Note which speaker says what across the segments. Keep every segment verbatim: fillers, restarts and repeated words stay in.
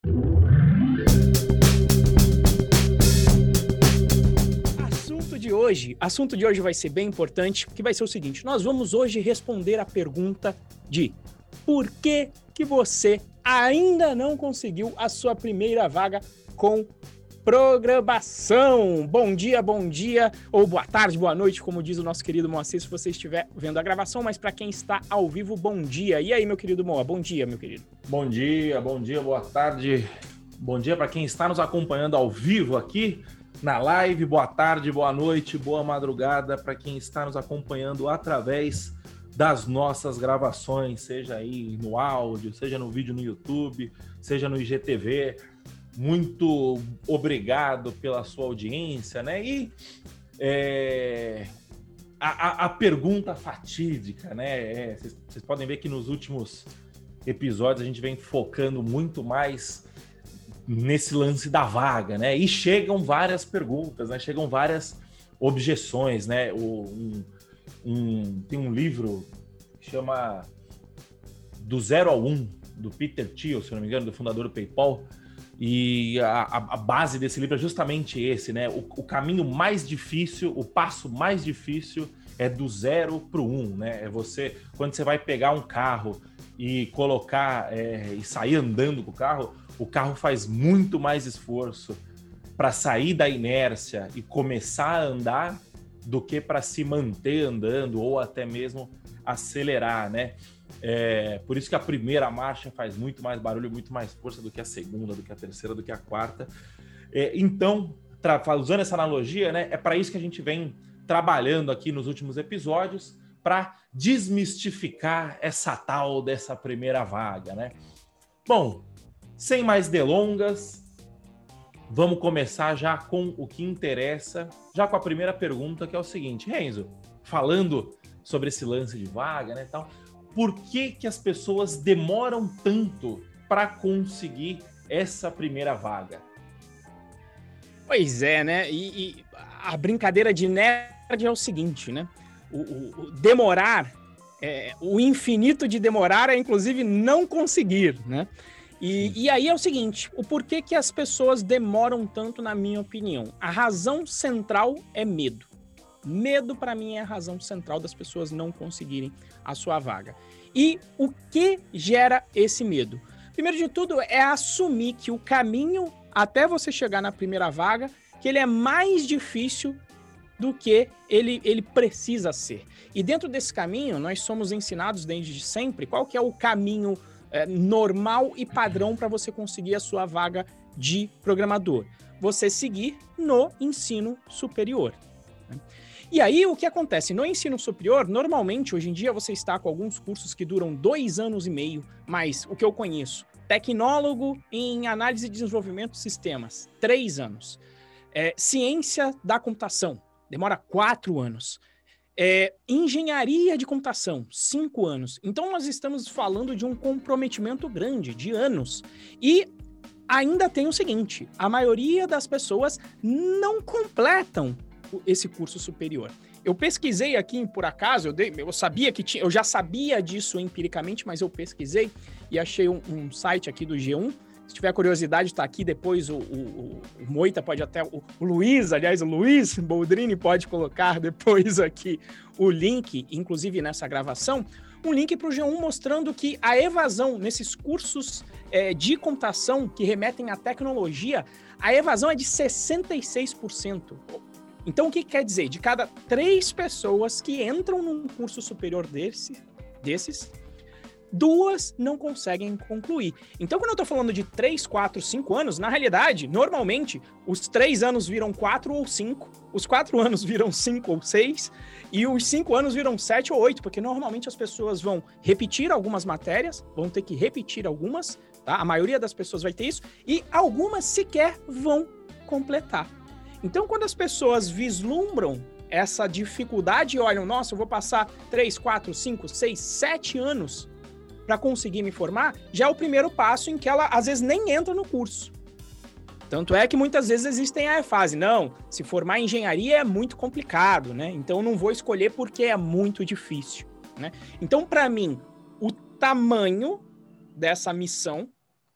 Speaker 1: Assunto de hoje, assunto de hoje vai ser bem importante, que vai ser o seguinte: nós vamos hoje responder a pergunta de por que que você ainda não conseguiu a sua primeira vaga com programação. Bom dia, bom dia, ou boa tarde, boa noite, como diz o nosso querido Moacir, se você estiver vendo a gravação, mas para quem está ao vivo, bom dia. E aí, meu querido Moa, bom dia, meu querido.
Speaker 2: Bom dia, bom dia, boa tarde, bom dia para quem está nos acompanhando ao vivo aqui na live, boa tarde, boa noite, boa madrugada para quem está nos acompanhando através das nossas gravações, seja aí no áudio, seja no vídeo no YouTube, seja no I G T V. Muito obrigado pela sua audiência, né? E é, a, a, a pergunta fatídica, né? Vocês é, podem ver que nos últimos episódios a gente vem focando muito mais nesse lance da vaga, né? E chegam várias perguntas, né? Chegam várias objeções, né? O, um, um, tem um livro que chama Do Zero ao Um, do Peter Thiel, se não me engano, do fundador do PayPal. E a, a base desse livro é justamente esse, né? O, o caminho mais difícil, o passo mais difícil é do zero para o um, né? É você, quando você vai pegar um carro e colocar é, e sair andando com o carro, o carro faz muito mais esforço para sair da inércia e começar a andar do que para se manter andando ou até mesmo acelerar, né? É, por isso que a primeira marcha faz muito mais barulho, muito mais força do que a segunda, do que a terceira, do que a quarta. É, então, usando essa analogia, né, é para isso que a gente vem trabalhando aqui nos últimos episódios, para desmistificar essa tal dessa primeira vaga, né? Bom, sem mais delongas, vamos começar já com o que interessa, já com a primeira pergunta, que é o seguinte: Renzo, falando sobre esse lance de vaga, né, tal, por que que as pessoas demoram tanto para conseguir essa primeira vaga?
Speaker 1: Pois é, né? E, e a brincadeira de nerd é o seguinte, né? O, o, o demorar, é, o infinito de demorar é, inclusive, não conseguir, né? E, e aí é o seguinte, o porquê que as pessoas demoram tanto, na minha opinião? A razão central é medo. Medo, para mim, é a razão central das pessoas não conseguirem a sua vaga. E o que gera esse medo? Primeiro de tudo, é assumir que o caminho até você chegar na primeira vaga, que ele é mais difícil do que ele, ele precisa ser. E dentro desse caminho, nós somos ensinados desde sempre qual que é o caminho é, normal e padrão para você conseguir a sua vaga de programador. Você seguir no ensino superior. E aí, o que acontece? No ensino superior, normalmente, hoje em dia, você está com alguns cursos que duram dois anos e meio, mas o que eu conheço, tecnólogo em análise e desenvolvimento de sistemas, três anos. É, ciência da computação, demora quatro anos. É, engenharia de computação, cinco anos. Então, nós estamos falando de um comprometimento grande, de anos. E ainda tem o seguinte, a maioria das pessoas não completam esse curso superior. Eu pesquisei aqui, por acaso, eu, dei, eu sabia que tinha, eu já sabia disso empiricamente, mas eu pesquisei e achei um, um site aqui do G um. Se tiver curiosidade, está aqui depois o, o, o Moita pode até, o, o Luiz, aliás, o Luiz Boldrini pode colocar depois aqui o link, inclusive nessa gravação, um link para o G um mostrando que a evasão nesses cursos é, de computação que remetem à tecnologia, a evasão é de sessenta e seis por cento. Então, o que quer dizer? De cada três pessoas que entram num curso superior desse, desses, duas não conseguem concluir. Então, quando eu estou falando de três, quatro, cinco anos, na realidade, normalmente, os três anos viram quatro ou cinco, os quatro anos viram cinco ou seis, e os cinco anos viram sete ou oito, porque normalmente as pessoas vão repetir algumas matérias, vão ter que repetir algumas, tá? A maioria das pessoas vai ter isso, e algumas sequer vão completar. Então, quando as pessoas vislumbram essa dificuldade e olham, nossa, eu vou passar três, quatro, cinco, seis, sete anos para conseguir me formar, já é o primeiro passo em que ela, às vezes, nem entra no curso. Tanto é que muitas vezes existem a fase, não, se formar em engenharia é muito complicado, né? Então, eu não vou escolher porque é muito difícil, né? Então, para mim, o tamanho dessa missão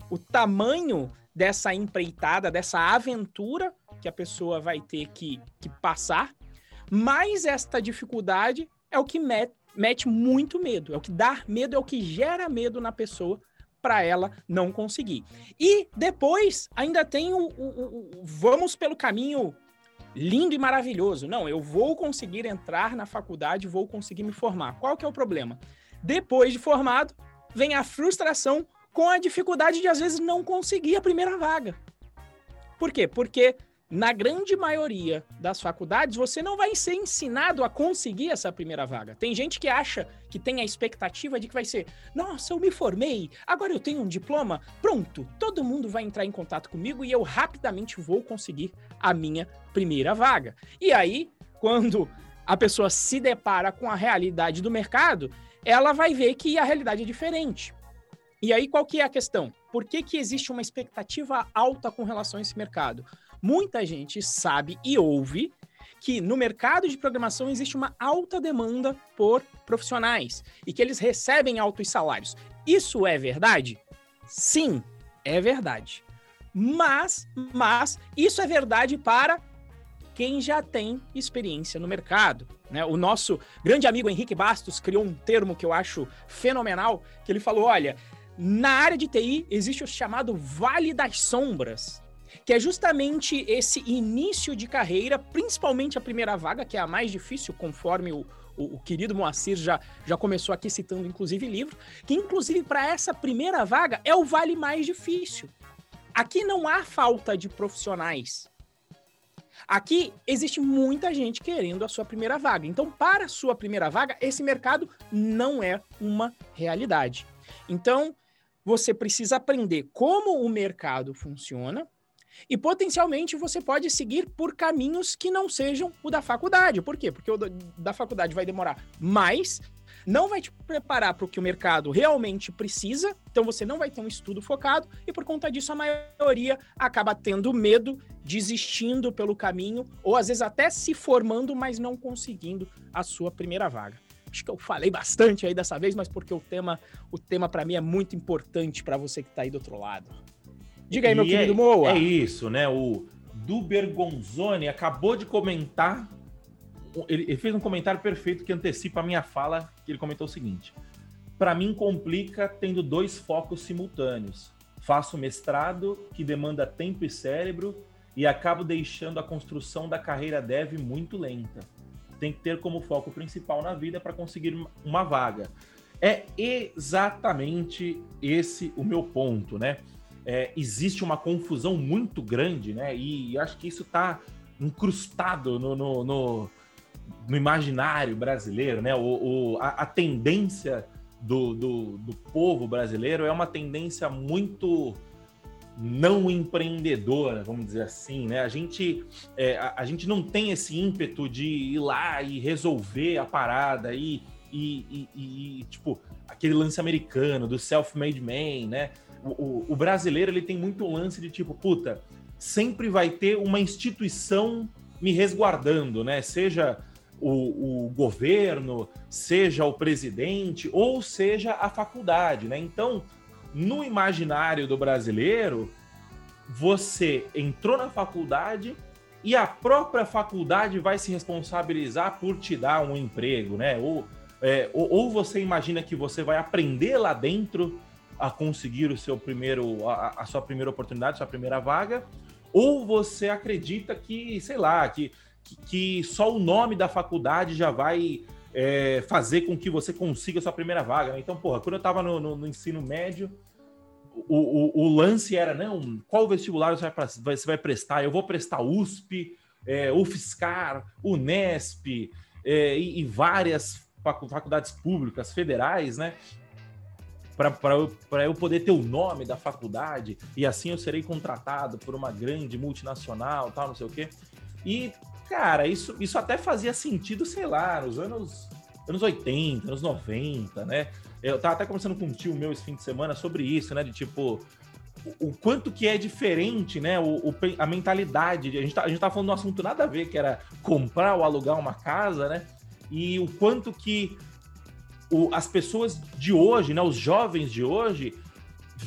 Speaker 1: o tamanho dessa empreitada, dessa aventura que a pessoa vai ter que, que passar, mais esta dificuldade é o que met, mete muito medo, é o que dá medo, é o que gera medo na pessoa para ela não conseguir. E depois ainda tem o, o, o, o vamos pelo caminho lindo e maravilhoso. Não, eu vou conseguir entrar na faculdade, vou conseguir me formar. Qual que é o problema? Depois de formado, vem a frustração com a dificuldade de, às vezes, não conseguir a primeira vaga. Por quê? Porque, na grande maioria das faculdades, você não vai ser ensinado a conseguir essa primeira vaga. Tem gente que acha que tem a expectativa de que vai ser, nossa, eu me formei, agora eu tenho um diploma, pronto, todo mundo vai entrar em contato comigo e eu rapidamente vou conseguir a minha primeira vaga. E aí, quando a pessoa se depara com a realidade do mercado, ela vai ver que a realidade é diferente. E aí, qual que é a questão? Por que que existe uma expectativa alta com relação a esse mercado? Muita gente sabe e ouve que no mercado de programação existe uma alta demanda por profissionais e que eles recebem altos salários. Isso é verdade? Sim, é verdade. Mas, mas isso é verdade para quem já tem experiência no mercado, né? O nosso grande amigo Henrique Bastos criou um termo que eu acho fenomenal, que ele falou, olha, na área de T I existe o chamado Vale das Sombras, que é justamente esse início de carreira, principalmente a primeira vaga, que é a mais difícil, conforme o, o, o querido Moacir já, já começou aqui citando, inclusive, livro, que, inclusive, para essa primeira vaga é o vale mais difícil. Aqui não há falta de profissionais. Aqui existe muita gente querendo a sua primeira vaga. Então, para a sua primeira vaga, esse mercado não é uma realidade. Então, você precisa aprender como o mercado funciona e, potencialmente, você pode seguir por caminhos que não sejam o da faculdade. Por quê? Porque o da faculdade vai demorar mais, não vai te preparar para o que o mercado realmente precisa, então você não vai ter um estudo focado e, por conta disso, a maioria acaba tendo medo, desistindo pelo caminho ou, às vezes, até se formando, mas não conseguindo a sua primeira vaga. Acho que eu falei bastante aí dessa vez, mas porque o tema, o tema para mim é muito importante para você que está aí do outro lado. Diga aí, meu e querido
Speaker 2: é,
Speaker 1: Moa.
Speaker 2: É isso, né? O Duber Gonzoni acabou de comentar, ele, ele fez um comentário perfeito que antecipa a minha fala, que ele comentou o seguinte: para mim complica tendo dois focos simultâneos. Faço mestrado, que demanda tempo e cérebro, e acabo deixando a construção da carreira dev muito lenta. Tem que ter como foco principal na vida para conseguir uma vaga. É exatamente esse o meu ponto, né? É, existe uma confusão muito grande, né? E acho que isso está incrustado no, no, no, no imaginário brasileiro, né? O, o, a, a tendência do, do, do povo brasileiro é uma tendência muito não empreendedora, vamos dizer assim, né? A gente, é, a, a gente não tem esse ímpeto de ir lá e resolver a parada e, e, e, e tipo, aquele lance americano do self-made man, né? O, o, o brasileiro, ele tem muito lance de tipo, puta, sempre vai ter uma instituição me resguardando, né? Seja o, o governo, seja o presidente, ou seja a faculdade, né? Então, no imaginário do brasileiro, você entrou na faculdade e a própria faculdade vai se responsabilizar por te dar um emprego, né? Ou, é, ou, ou você imagina que você vai aprender lá dentro a conseguir o seu primeiro, a, a sua primeira oportunidade, a sua primeira vaga, ou você acredita que, sei lá, que, que, que só o nome da faculdade já vai é, fazer com que você consiga a sua primeira vaga, né? Então, porra, quando eu estava no, no, no ensino médio, o, o, o lance era, não, qual vestibular você vai, você vai prestar? Eu vou prestar U S P, é, UFSCar, Unesp, é, e, e várias faculdades públicas, federais, né? Para eu, eu poder ter o nome da faculdade e assim eu serei contratado por uma grande multinacional, tal, não sei o quê. E, cara, isso, isso até fazia sentido, sei lá, nos anos, anos oitenta, anos noventa, né? Eu tava até conversando com um tio meu esse fim de semana sobre isso, né? De tipo, o, o quanto que é diferente, né? O, o, a mentalidade. A gente, tá, a gente tava falando de um assunto nada a ver, que era comprar ou alugar uma casa, né? E o quanto que o, as pessoas de hoje, né? Os jovens de hoje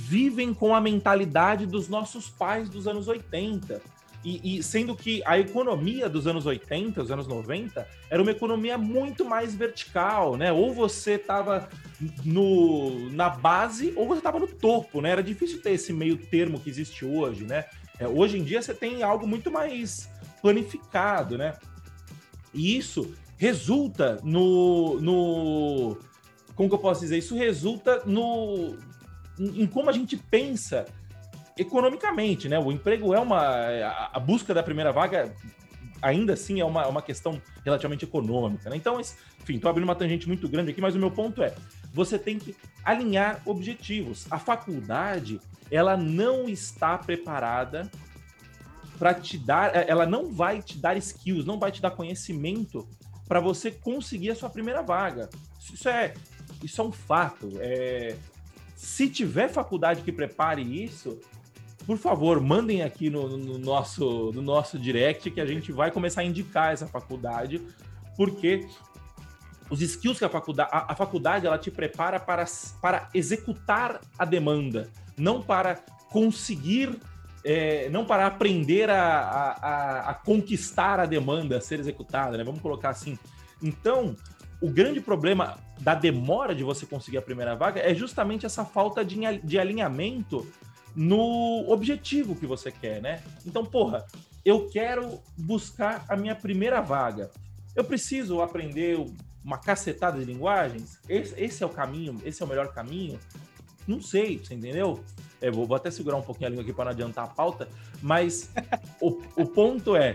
Speaker 2: vivem com a mentalidade dos nossos pais dos anos oitenta. E, e sendo que a economia dos anos oitenta, dos anos noventa, era uma economia muito mais vertical, né? Ou você estava na base, ou você estava no topo, né? Era difícil ter esse meio termo que existe hoje, né? É, hoje em dia você tem algo muito mais planificado, né? E isso resulta no... no como que eu posso dizer? Isso resulta no, em como a gente pensa economicamente, né? O emprego é uma... A busca da primeira vaga, ainda assim, é uma, uma questão relativamente econômica, né? Então, enfim, estou abrindo uma tangente muito grande aqui, mas o meu ponto é, você tem que alinhar objetivos. A faculdade, ela não está preparada para te dar... Ela não vai te dar skills, não vai te dar conhecimento para você conseguir a sua primeira vaga. Isso é, isso é um fato. É... Se tiver faculdade que prepare isso... Por favor, mandem aqui no, no, nosso, no nosso direct que a gente vai começar a indicar essa faculdade, porque os skills que a faculdade... A, a faculdade, ela te prepara para, para executar a demanda, não para conseguir... É, não para aprender a, a, a conquistar a demanda a ser executada, né? Vamos colocar assim. Então, o grande problema da demora de você conseguir a primeira vaga é justamente essa falta de, de alinhamento no objetivo que você quer, né? Então, porra, eu quero buscar a minha primeira vaga. Eu preciso aprender uma cacetada de linguagens? Esse, esse é o caminho? Esse é o melhor caminho? Não sei, você entendeu? É, vou, vou até segurar um pouquinho a língua aqui para não adiantar a pauta, mas o, o ponto é,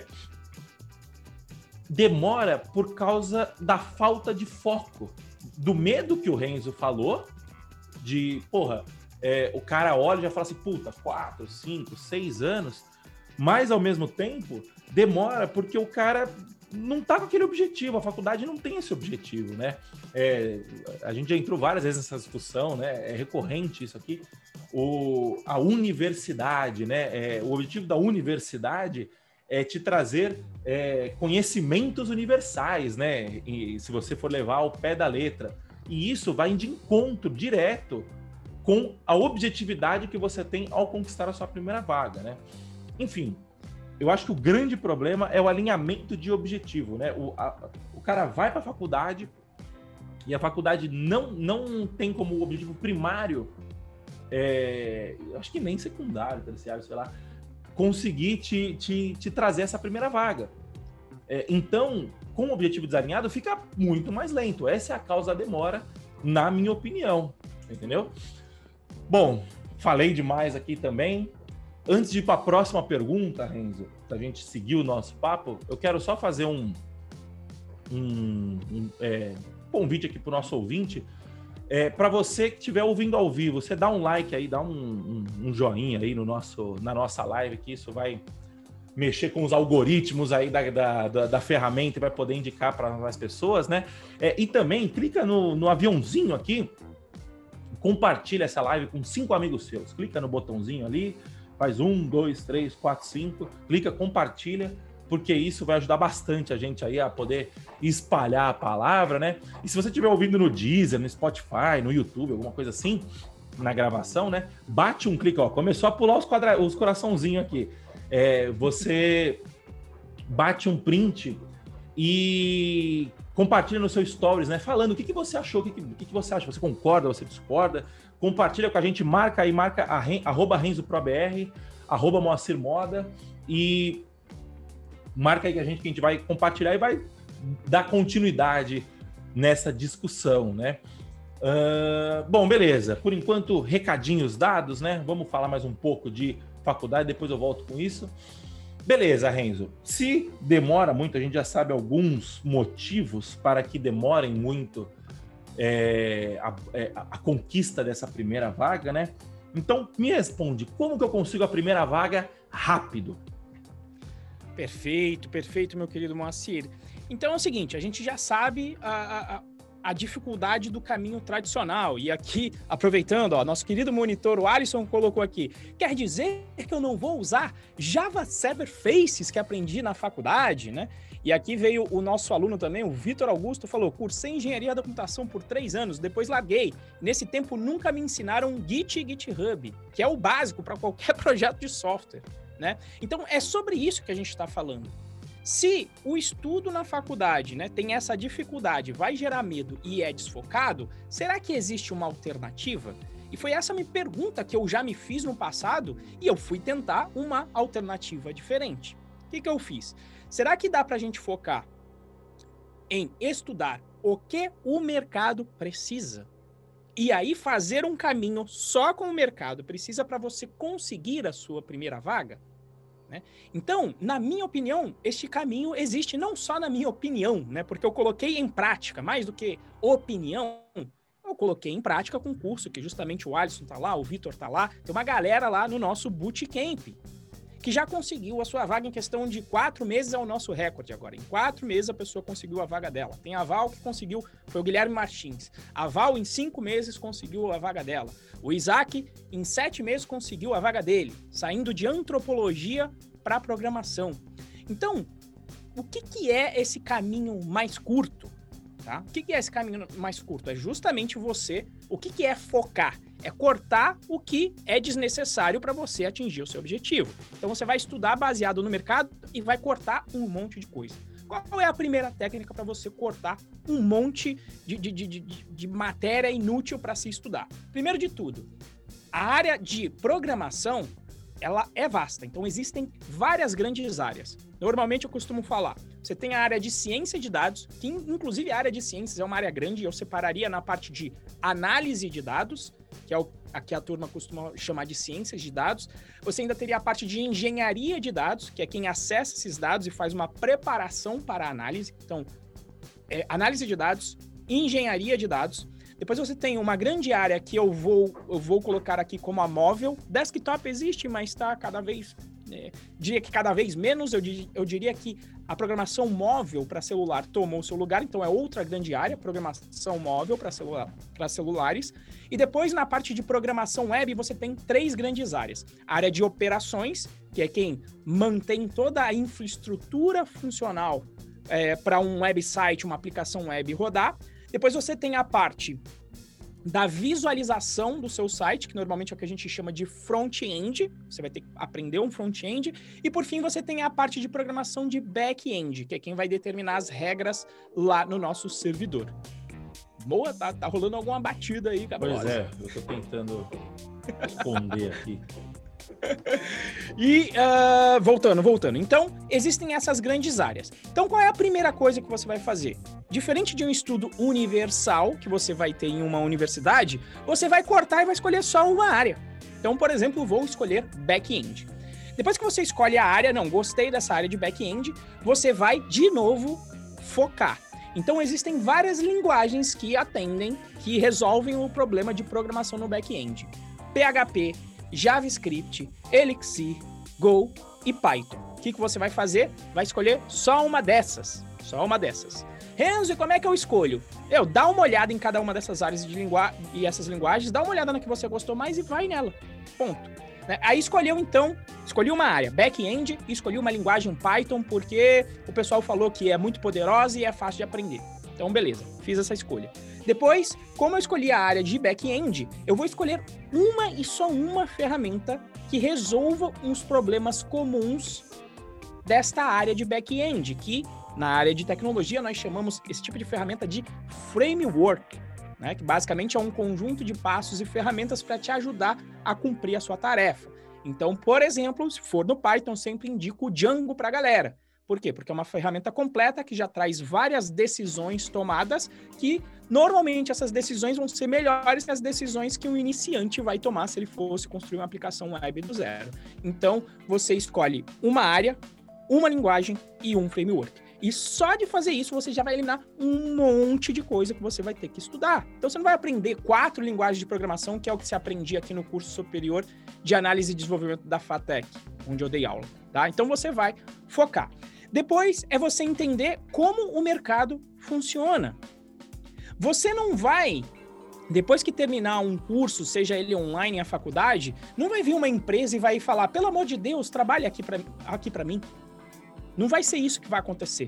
Speaker 2: demora por causa da falta de foco, do medo que o Renzo falou, de, porra, é, o cara olha e já fala assim, puta, quatro, cinco, seis anos, mas ao mesmo tempo demora porque o cara não tá com aquele objetivo, a faculdade não tem esse objetivo, né? É, a gente já entrou várias vezes nessa discussão, né? É recorrente isso aqui. O, a universidade, né? É, o objetivo da universidade é te trazer é, conhecimentos universais, né? E se você for levar ao pé da letra. E isso vai de encontro direto com a objetividade que você tem ao conquistar a sua primeira vaga, né? Enfim, eu acho que o grande problema é o alinhamento de objetivo, né? O, a, o cara vai para a faculdade e a faculdade não, não tem como objetivo primário, é, acho que nem secundário, terciário, sei lá, conseguir te, te, te trazer essa primeira vaga. É, então, com o objetivo desalinhado, fica muito mais lento. Essa é a causa da demora, na minha opinião, entendeu? Bom, falei demais aqui também. Antes de ir para a próxima pergunta, Renzo, para a gente seguir o nosso papo, eu quero só fazer um, um, um é, convite aqui para o nosso ouvinte. É, para você que estiver ouvindo ao vivo, você dá um like aí, dá um, um, um joinha aí no nosso, na nossa live, que isso vai mexer com os algoritmos aí da, da, da, da ferramenta e vai poder indicar para mais pessoas, né? É, e também clica no, no aviãozinho aqui, compartilha essa live com cinco amigos seus. Clica no botãozinho ali, faz um, dois, três, quatro, cinco, clica, compartilha, porque isso vai ajudar bastante a gente aí a poder espalhar a palavra, né? E se você estiver ouvindo no Deezer, no Spotify, no YouTube, alguma coisa assim, na gravação, né? Bate um clique, ó, começou a pular os, quadra... os coraçãozinhos aqui. É, você bate um print e compartilha no seu stories, né? Falando o que, que você achou, o que, que, que você acha, você concorda, você discorda, compartilha com a gente, marca aí, marca a Ren, arroba RenzoProBR, arroba Moacir Moda e marca aí que a gente, que a gente vai compartilhar e vai dar continuidade nessa discussão, né? Uh, bom, beleza. Por enquanto, recadinhos dados, né? Vamos falar mais um pouco de faculdade, depois eu volto com isso. Beleza, Renzo. Se demora muito, a gente já sabe alguns motivos para que demorem muito é, a, a, a conquista dessa primeira vaga, né? Então, me responde, como que eu consigo a primeira vaga rápido?
Speaker 1: Perfeito, perfeito, meu querido Moacir. Então é o seguinte, a gente já sabe a, a, a dificuldade do caminho tradicional. E aqui, aproveitando, ó, nosso querido monitor, o Alisson, colocou aqui, quer dizer que eu não vou usar Java Server Faces que aprendi na faculdade, né? E aqui veio o nosso aluno também, o Vitor Augusto, falou, cursei Engenharia da Computação por três anos, depois larguei. Nesse tempo nunca me ensinaram Git e GitHub, que é o básico para qualquer projeto de software, né? Então, é sobre isso que a gente está falando. Se o estudo na faculdade, né, tem essa dificuldade, vai gerar medo e é desfocado, será que existe uma alternativa? E foi essa minha pergunta que eu já me fiz no passado e eu fui tentar uma alternativa diferente. O que que eu fiz? Será que dá para a gente focar em estudar o que o mercado precisa? E aí fazer um caminho só com o mercado precisa para você conseguir a sua primeira vaga? Né? Então, na minha opinião, este caminho existe não só na minha opinião, né? Porque eu coloquei em prática, mais do que opinião, eu coloquei em prática com o curso, que justamente o Alisson tá lá, o Vitor tá lá, tem uma galera lá no nosso bootcamp, que já conseguiu a sua vaga em questão de quatro meses, é o nosso recorde agora. Em quatro meses a pessoa conseguiu a vaga dela. Tem a Val que conseguiu, foi o Guilherme Martins. A Val em cinco meses conseguiu a vaga dela. O Isaac em sete meses conseguiu a vaga dele, saindo de antropologia para programação. Então, o que, que é esse caminho mais curto? Tá? O que, que é esse caminho mais curto? É justamente você, o que, que é focar? É cortar o que é desnecessário para você atingir o seu objetivo. Então você vai estudar baseado no mercado e vai cortar um monte de coisa. Qual é a primeira técnica para você cortar um monte de, de, de, de, de matéria inútil para se estudar? Primeiro de tudo, a área de programação, ela é vasta, então existem várias grandes áreas. Normalmente eu costumo falar, você tem a área de ciência de dados, que inclusive a área de ciências é uma área grande, eu separaria na parte de análise de dados, que é o que a turma costuma chamar de ciências de dados. Você ainda teria a parte de engenharia de dados, que é quem acessa esses dados e faz uma preparação para a análise. Então, é, análise de dados, engenharia de dados. Depois você tem uma grande área que eu vou, eu vou colocar aqui como a móvel. Desktop existe, mas está cada vez... É, diria que cada vez menos, eu, eu diria que a programação móvel para celular tomou o seu lugar, então é outra grande área, programação móvel para celular, para celulares. E depois, na parte de programação web, você tem três grandes áreas. A área de operações, que é quem mantém toda a infraestrutura funcional é, para um website, uma aplicação web rodar. Depois você tem a parte da visualização do seu site, que normalmente é o que a gente chama de front-end, você vai ter que aprender um front-end, e por fim você tem a parte de programação de back-end, que é quem vai determinar as regras lá no nosso servidor. Boa, tá, tá rolando alguma batida aí, Gabriel.
Speaker 2: Pois é, eu tô tentando esconder aqui.
Speaker 1: E uh, voltando, voltando. Então, existem essas grandes áreas. Então, qual é a primeira coisa que você vai fazer? Diferente de um estudo universal, que você vai ter em uma universidade, você vai cortar e vai escolher só uma área. Então, por exemplo, vou escolher back-end. Depois que você escolhe a área, não, gostei dessa área de back-end, você vai, de novo, focar. Então, existem várias linguagens que atendem, que resolvem o problema de programação no back-end. P H P, JavaScript, Elixir, Go e Python. O que, que você vai fazer? Vai escolher só uma dessas. Só uma dessas. Renzo, e como é que eu escolho? Eu, dá uma olhada em cada uma dessas áreas de lingu... e essas linguagens, dá uma olhada na que você gostou mais e vai nela. Ponto. Né? Aí escolheu, então, escolhi uma área, back-end, e escolhi uma linguagem Python, porque o pessoal falou que é muito poderosa e é fácil de aprender. Então, beleza, fiz essa escolha. Depois, como eu escolhi a área de back-end, eu vou escolher uma e só uma ferramenta que resolva uns problemas comuns desta área de back-end, que na área de tecnologia nós chamamos esse tipo de ferramenta de framework, né? Que basicamente é um conjunto de passos e ferramentas para te ajudar a cumprir a sua tarefa. Então, por exemplo, se for no Python, sempre indico o Django para a galera. Por quê? Porque é uma ferramenta completa que já traz várias decisões tomadas que, normalmente, essas decisões vão ser melhores que as decisões que um iniciante vai tomar se ele fosse construir uma aplicação web do zero. Então, você escolhe uma área, uma linguagem e um framework. E só de fazer isso, você já vai eliminar um monte de coisa que você vai ter que estudar. Então, você não vai aprender quatro linguagens de programação, que é o que se aprendia aqui no curso superior de análise e desenvolvimento da FATEC, onde eu dei aula, tá? Então, você vai focar. Depois, é você entender como o mercado funciona. Você não vai, depois que terminar um curso, seja ele online, a faculdade, não vai vir uma empresa e vai falar, pelo amor de Deus, trabalhe aqui para aqui para mim. Não vai ser isso que vai acontecer.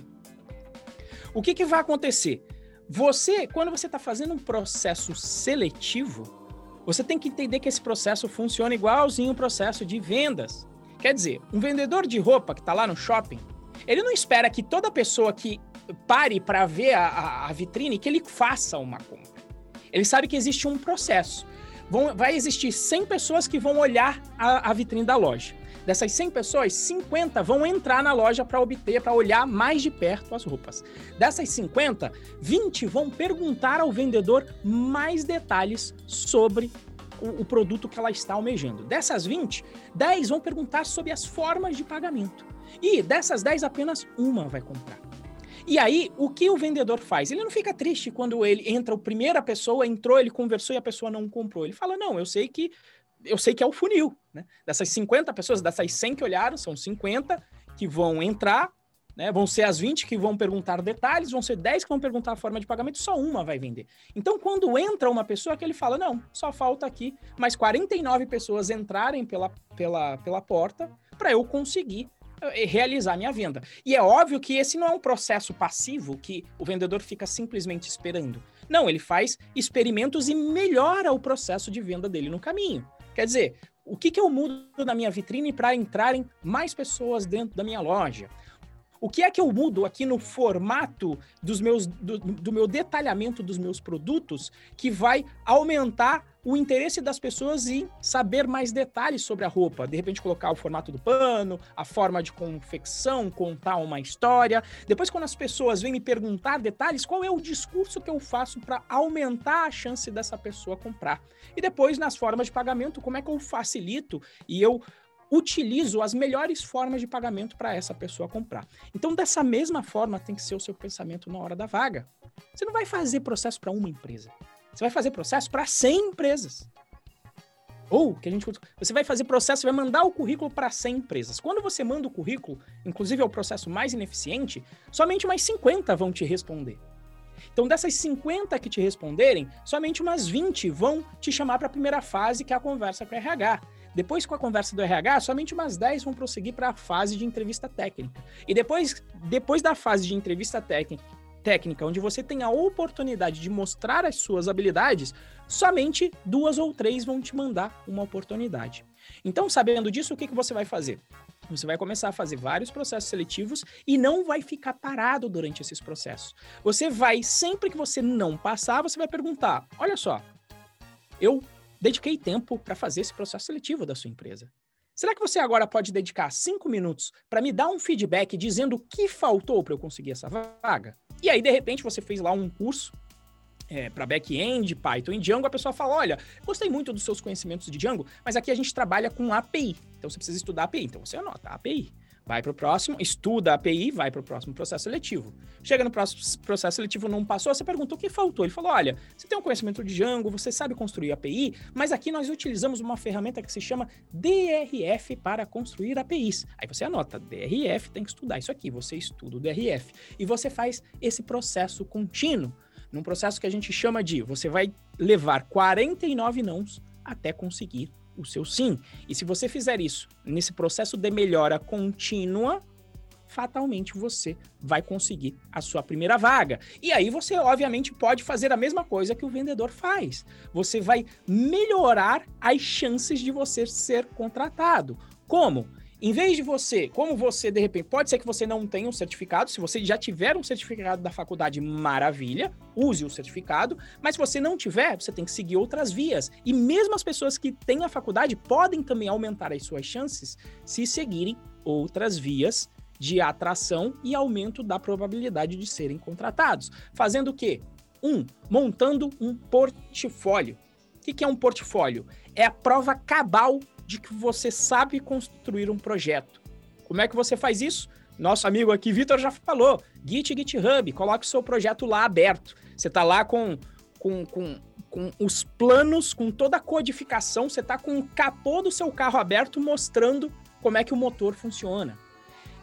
Speaker 1: O que, que vai acontecer? Você, quando você está fazendo um processo seletivo, você tem que entender que esse processo funciona igualzinho o processo de vendas. Quer dizer, um vendedor de roupa que está lá no shopping, ele não espera que toda pessoa que pare para ver a, a, a vitrine, que ele faça uma compra. Ele sabe que existe um processo. Vão, vai existir cem pessoas que vão olhar a, a vitrine da loja. Dessas cem pessoas, cinquenta vão entrar na loja para obter, para olhar mais de perto as roupas. Dessas cinquenta, vinte vão perguntar ao vendedor mais detalhes sobre o, o produto que ela está almejando. Dessas vinte, dez vão perguntar sobre as formas de pagamento. E dessas dez, apenas uma vai comprar. E aí, o que o vendedor faz? Ele não fica triste quando ele entra, a primeira pessoa entrou, ele conversou e a pessoa não comprou. Ele fala, não, eu sei que eu sei que é o funil, né? Dessas cinquenta pessoas, dessas cem que olharam, são cinquenta que vão entrar, né? Vão ser as vinte que vão perguntar detalhes, vão ser dez que vão perguntar a forma de pagamento, só uma vai vender. Então, quando entra uma pessoa que ele fala, não, só falta aqui mais quarenta e nove pessoas entrarem pela, pela, pela porta para eu conseguir realizar minha venda. E é óbvio que esse não é um processo passivo que o vendedor fica simplesmente esperando. Não, ele faz experimentos e melhora o processo de venda dele no caminho. Quer dizer, o que, que eu mudo na minha vitrine para entrarem mais pessoas dentro da minha loja? O que é que eu mudo aqui no formato dos meus, do, do meu detalhamento dos meus produtos que vai aumentar o interesse das pessoas em saber mais detalhes sobre a roupa? De repente colocar o formato do pano, a forma de confecção, contar uma história. Depois, quando as pessoas vêm me perguntar detalhes, qual é o discurso que eu faço para aumentar a chance dessa pessoa comprar? E depois, nas formas de pagamento, como é que eu facilito e eu utilizo as melhores formas de pagamento para essa pessoa comprar. Então, dessa mesma forma, tem que ser o seu pensamento na hora da vaga. Você não vai fazer processo para uma empresa. Você vai fazer processo para cem empresas. Ou, que a gente, você vai fazer processo, você vai mandar o currículo para cem empresas. Quando você manda o currículo, inclusive é o processo mais ineficiente, somente mais cinquenta vão te responder. Então, dessas cinquenta que te responderem, somente umas vinte vão te chamar para a primeira fase, que é a conversa com o R H. Depois, com a conversa do R H, somente umas dez vão prosseguir para a fase de entrevista técnica. E depois, depois da fase de entrevista técnica, técnica, onde você tem a oportunidade de mostrar as suas habilidades, somente duas ou três vão te mandar uma oportunidade. Então, sabendo disso, o que, que você vai fazer? Você vai começar a fazer vários processos seletivos e não vai ficar parado durante esses processos. Você vai, sempre que você não passar, você vai perguntar, olha só, eu dediquei tempo para fazer esse processo seletivo da sua empresa. Será que você agora pode dedicar cinco minutos para me dar um feedback dizendo o que faltou para eu conseguir essa vaga? E aí, de repente, você fez lá um curso é, para back-end, Python e Django, a pessoa fala, olha, gostei muito dos seus conhecimentos de Django, mas aqui a gente trabalha com A P I, então você precisa estudar A P I. Então você anota A P I. Vai para o próximo, estuda a A P I, vai para o próximo processo seletivo. Chega no próximo processo seletivo, não passou, você perguntou o que faltou. Ele falou, olha, você tem um conhecimento de Django, você sabe construir A P I, mas aqui nós utilizamos uma ferramenta que se chama D R F para construir A P Is. Aí você anota, D R F, tem que estudar isso aqui, você estuda o D R F. E você faz esse processo contínuo, num processo que a gente chama de, você vai levar quarenta e nove nãos até conseguir o seu sim. E se você fizer isso nesse processo de melhora contínua, fatalmente você vai conseguir a sua primeira vaga. E aí você, obviamente, pode fazer a mesma coisa que o vendedor faz. Você vai melhorar as chances de você ser contratado. Como? Em vez de você, como você, de repente, pode ser que você não tenha um certificado, se você já tiver um certificado da faculdade, maravilha, use o certificado, mas se você não tiver, você tem que seguir outras vias. E mesmo as pessoas que têm a faculdade podem também aumentar as suas chances se seguirem outras vias de atração e aumento da probabilidade de serem contratados. Fazendo o quê? Um, montando um portfólio. O que é um portfólio? É a prova cabal de que você sabe construir um projeto. Como é que você faz isso? Nosso amigo aqui, Vitor, já falou. Git, GitHub, coloque o seu projeto lá aberto. Você está lá com, com, com, com os planos, com toda a codificação, você está com o capô do seu carro aberto mostrando como é que o motor funciona.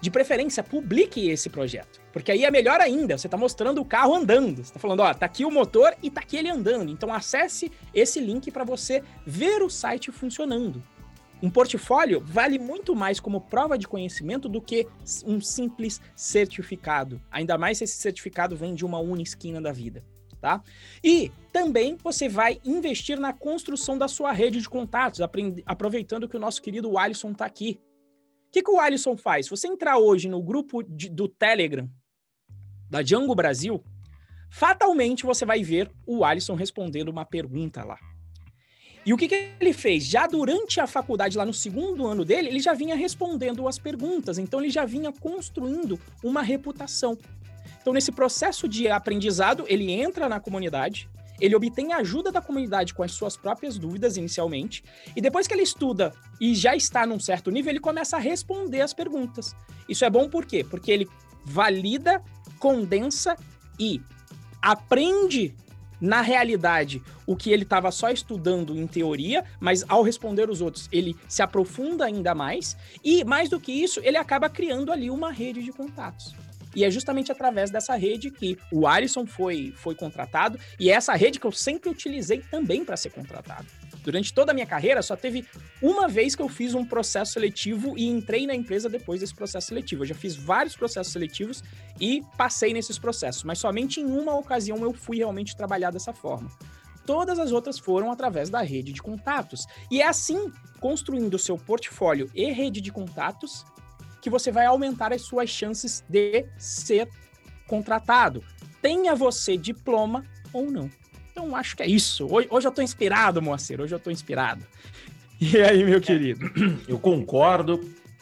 Speaker 1: de preferência, publique esse projeto. Porque aí é melhor ainda, você está mostrando o carro andando. Você está falando, ó, tá aqui o motor e tá aqui ele andando. Então acesse esse link para você ver o site funcionando. Um portfólio vale muito mais como prova de conhecimento do que um simples certificado. Ainda mais se esse certificado vem de uma Unisquina da vida, tá? E também você vai investir na construção da sua rede de contatos, aproveitando que o nosso querido Alisson está aqui. O que, que o Alisson faz? Se você entrar hoje no grupo de, do Telegram da Django Brasil, fatalmente você vai ver o Alisson respondendo uma pergunta lá. E o que, que ele fez? Já durante a faculdade, lá no segundo ano dele, ele já vinha respondendo as perguntas, então ele já vinha construindo uma reputação. Então, nesse processo de aprendizado, ele entra na comunidade, ele obtém a ajuda da comunidade com as suas próprias dúvidas inicialmente, e depois que ele estuda e já está num certo nível, ele começa a responder as perguntas. Isso é bom por quê? Porque ele valida, condensa e aprende na realidade o que ele estava só estudando em teoria, mas ao responder os outros, ele se aprofunda ainda mais, e mais do que isso, ele acaba criando ali uma rede de contatos. E é justamente através dessa rede que o Alisson foi, foi contratado, e é essa rede que eu sempre utilizei também para ser contratado. Durante toda a minha carreira, só teve uma vez que eu fiz um processo seletivo e entrei na empresa depois desse processo seletivo. Eu já fiz vários processos seletivos e passei nesses processos, mas somente em uma ocasião eu fui realmente trabalhar dessa forma. Todas as outras foram através da rede de contatos. E é assim, construindo o seu portfólio e rede de contatos, que você vai aumentar as suas chances de ser contratado. Tenha você diploma ou não. Então, acho que é isso. Hoje, hoje eu tô inspirado, Moacir. Hoje eu tô inspirado. E aí, meu querido?
Speaker 2: Eu concordo.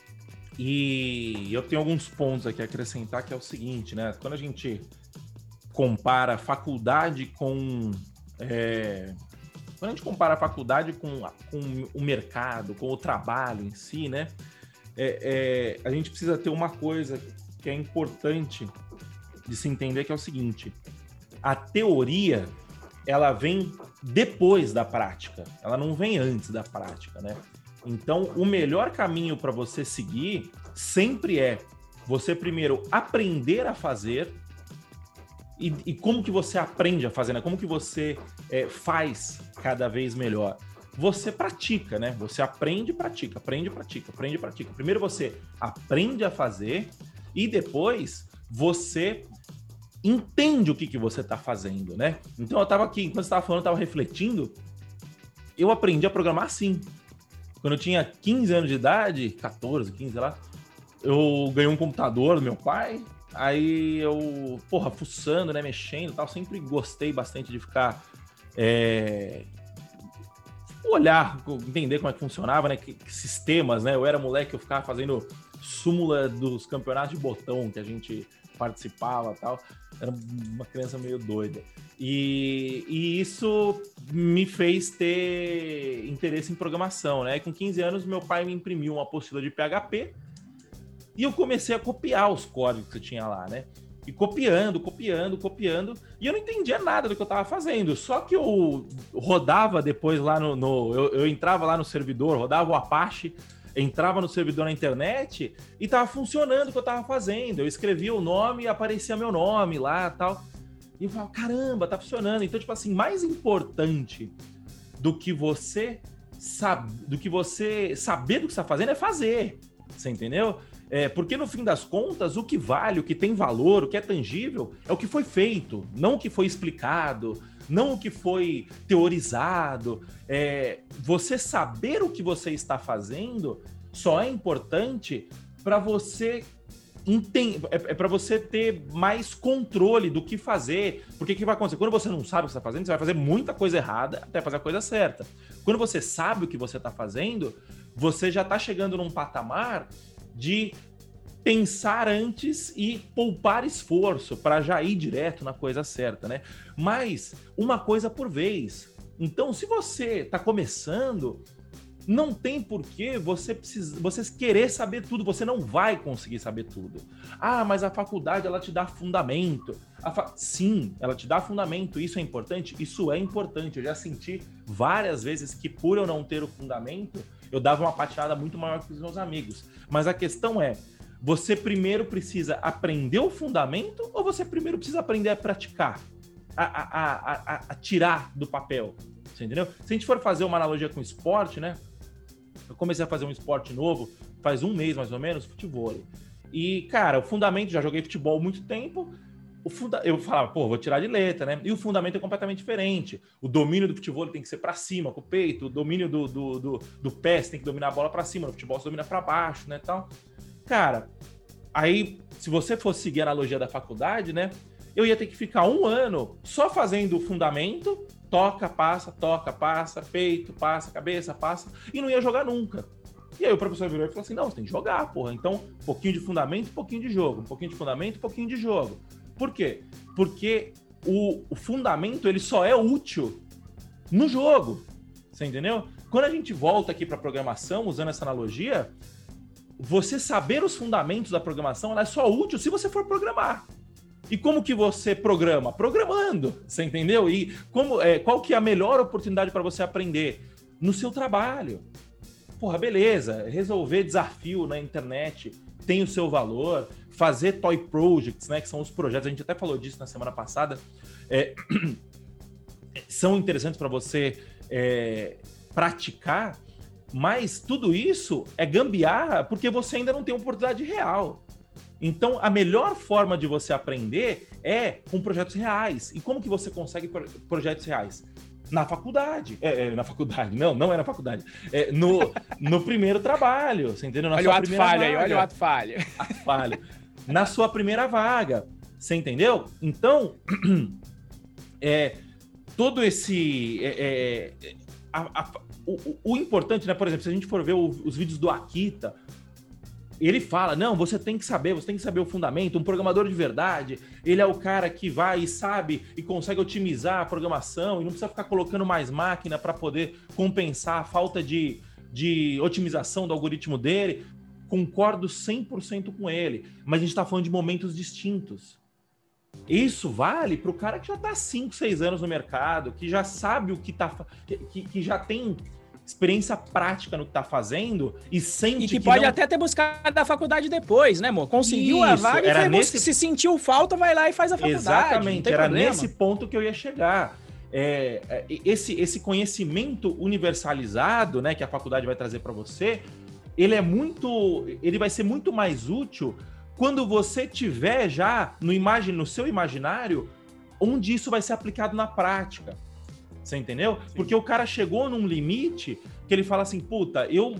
Speaker 2: E eu tenho alguns pontos aqui a acrescentar, que é o seguinte, né? Quando a gente compara a faculdade com... É... Quando a gente compara a faculdade com, com o mercado, com o trabalho em si, né? É, é, a gente precisa ter uma coisa que é importante de se entender, que é o seguinte: a teoria, ela vem depois da prática, ela não vem antes da prática, né? Então, o melhor caminho para você seguir sempre é você primeiro aprender a fazer. E, e como que você aprende a fazer, né? Como que você é, faz cada vez melhor? Você pratica, né? Você aprende e pratica, aprende e pratica, aprende e pratica. Primeiro você aprende a fazer e depois você entende o que, que você está fazendo, né? Então eu estava aqui, enquanto você estava falando, eu estava refletindo, eu aprendi a programar assim. Quando eu tinha quinze anos de idade, quatorze, quinze, sei lá, eu ganhei um computador do meu pai. Aí eu, porra, fuçando, né, mexendo e tal, sempre gostei bastante de ficar, é, olhar, entender como é que funcionava, né, que, que sistemas, né, eu era moleque, eu ficava fazendo súmula dos campeonatos de botão que a gente participava e tal, era uma criança meio doida. E, e isso me fez ter interesse em programação, né, com quinze anos meu pai me imprimiu uma apostila de P H P, e eu comecei a copiar os códigos que eu tinha lá, né? E copiando, copiando, copiando. E eu não entendia nada do que eu tava fazendo. Só que eu rodava depois lá no... no eu, eu entrava lá no servidor, rodava o Apache, entrava no servidor na internet e tava funcionando o que eu tava fazendo. Eu escrevia o nome e aparecia meu nome lá e tal. E eu falava, caramba, tá funcionando. Então, tipo assim, mais importante do que você, sabe, do que você saber do que você tá fazendo é fazer. Você entendeu? É, porque no fim das contas, o que vale, o que tem valor, o que é tangível, é o que foi feito, não o que foi explicado, não o que foi teorizado. É, você saber o que você está fazendo só é importante para você entender, é, é para você ter mais controle do que fazer. Porque o que vai acontecer? Quando você não sabe o que você está fazendo, você vai fazer muita coisa errada até fazer a coisa certa. Quando você sabe o que você está fazendo, você já está chegando num patamar de pensar antes e poupar esforço para já ir direto na coisa certa, né? Mas uma coisa por vez. Então, se você está começando, não tem porquê você precisa, você querer saber tudo. Você não vai conseguir saber tudo. Ah, mas a faculdade ela te dá fundamento. A fa... Sim, ela te dá fundamento. Isso é importante? Isso é importante. Eu já senti várias vezes que por eu não ter o fundamento, eu dava uma patinada muito maior que os meus amigos. Mas a questão é, Você primeiro precisa aprender o fundamento ou você primeiro precisa aprender a praticar? A, a, a, a, a tirar do papel? Você entendeu? Se a gente for fazer uma analogia com esporte, né? Eu comecei a fazer um esporte novo faz um mês, mais ou menos, futebol. E, cara, o fundamento, já joguei futebol há muito tempo, o funda... eu falava, pô, vou tirar de letra, né? E o fundamento é completamente diferente. O domínio do futebol tem que ser para cima, com o peito, o domínio do, do, do, do pé, você tem que dominar a bola para cima, no futebol você domina para baixo, né, tal. Cara, aí, se você fosse seguir a analogia da faculdade, né, eu ia ter que ficar um ano só fazendo o fundamento, toca, passa, toca, passa, peito, passa, cabeça, passa, e não ia jogar nunca. E aí o professor virou e falou assim, não, você tem que jogar, porra. Então, um pouquinho de fundamento, um pouquinho de jogo. Um pouquinho de fundamento, um pouquinho de jogo. Por quê? Porque o, o fundamento, ele só é útil no jogo. Você entendeu? Quando a gente volta aqui para programação, usando essa analogia, você saber os fundamentos da programação, ela é só útil se você for programar. E como que você programa? Programando, você entendeu? E como, é, qual que é a melhor oportunidade para você aprender? No seu trabalho. Porra, beleza, resolver desafio na internet tem o seu valor, fazer toy projects, né, que são os projetos, a gente até falou disso na semana passada, é, são interessantes para você é, praticar, mas tudo isso é gambiarra porque você ainda não tem oportunidade real. Então, a melhor forma de você aprender é com projetos reais. E como que você consegue projetos reais? Na faculdade. É, é, na faculdade. Não, não é na faculdade. É, no, no primeiro trabalho. Você entendeu? Na
Speaker 1: olha
Speaker 2: sua
Speaker 1: o ato
Speaker 2: primeira
Speaker 1: falha
Speaker 2: vaga.
Speaker 1: aí, olha o ato falha.
Speaker 2: Ato falha. Na sua primeira vaga. Você entendeu? Então, é, todo esse... É, é, a, a, o, o importante, né? Por exemplo, se a gente for ver o, os vídeos do Akita, ele fala, não, você tem que saber, você tem que saber o fundamento, um programador de verdade, ele é o cara que vai e sabe e consegue otimizar a programação e não precisa ficar colocando mais máquina para poder compensar a falta de, de otimização do algoritmo dele. Concordo cem por cento com ele, mas a gente está falando de momentos distintos. Isso vale para o cara que já está há cinco, seis anos no mercado, que já sabe o que está... Que, que já tem... experiência prática no que tá fazendo e sente
Speaker 1: e que,
Speaker 2: que
Speaker 1: pode
Speaker 2: não...
Speaker 1: até ter buscado a faculdade depois, né, amor? Conseguiu
Speaker 2: Isso,
Speaker 1: a vaga e foi
Speaker 2: nesse...
Speaker 1: se sentiu falta, vai lá e faz a faculdade.
Speaker 2: Exatamente, era
Speaker 1: problema.
Speaker 2: nesse ponto que eu ia chegar. É, esse, esse conhecimento universalizado, né, que a faculdade vai trazer para você, ele é muito, ele vai ser muito mais útil quando você tiver já no, imagine, no seu imaginário onde isso vai ser aplicado na prática. Você entendeu? Sim. Porque o cara chegou num limite que ele fala assim, puta, eu...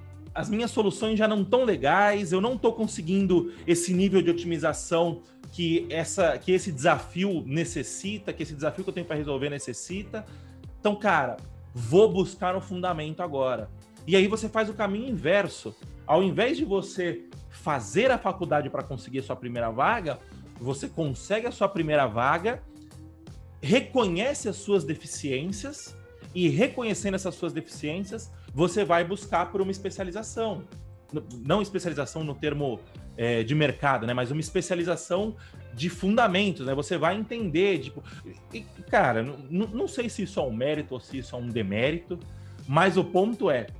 Speaker 2: as minhas soluções já não estão legais, eu não estou conseguindo esse nível de otimização que, essa, que esse desafio necessita, que esse desafio que eu tenho para resolver necessita. Então, cara, vou buscar o fundamento agora. E aí você faz o caminho inverso. Ao invés de você fazer a faculdade para conseguir a sua primeira vaga, você consegue a sua primeira vaga, reconhece as suas deficiências e, reconhecendo essas suas deficiências, você vai buscar por uma especialização. Não especialização no termo é, de mercado, né? Mas uma especialização de fundamentos, né? Você vai entender, tipo... E, cara, não, não sei se isso é um mérito ou se isso é um demérito, mas o ponto é,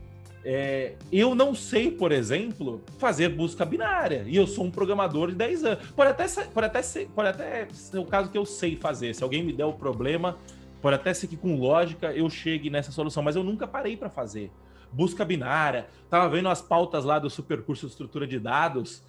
Speaker 2: é, eu não sei, por exemplo, fazer busca binária, e eu sou um programador de dez anos. Pode até ser, pode até ser, pode até ser o caso que eu sei fazer. Se alguém me der o problema, pode até ser que com lógica eu chegue nessa solução, mas eu nunca parei para fazer. Busca binária, tava vendo as pautas lá do supercurso de estrutura de dados,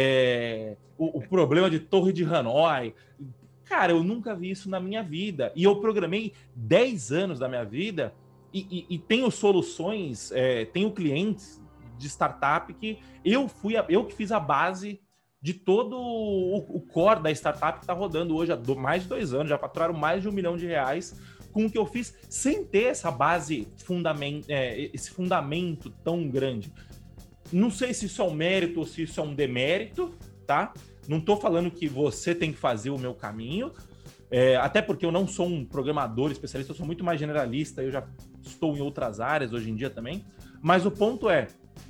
Speaker 2: é, o, o problema de torre de Hanoi. Cara, eu nunca vi isso na minha vida. E eu programei dez anos da minha vida e, e, e tenho soluções, é, tenho clientes de startup que eu fui, a, eu que fiz a base de todo o, o core da startup que está rodando hoje há do, mais de dois anos, já faturaram mais de um milhão de reais com o que eu fiz sem ter essa base, fundamento, é, esse fundamento tão grande. Não sei se isso é um mérito ou se isso é um demérito, tá? Não tô falando que você tem que fazer o meu caminho, é, até porque eu não sou um programador especialista, eu sou muito mais generalista, eu já estou em outras áreas hoje em dia também, mas o ponto é,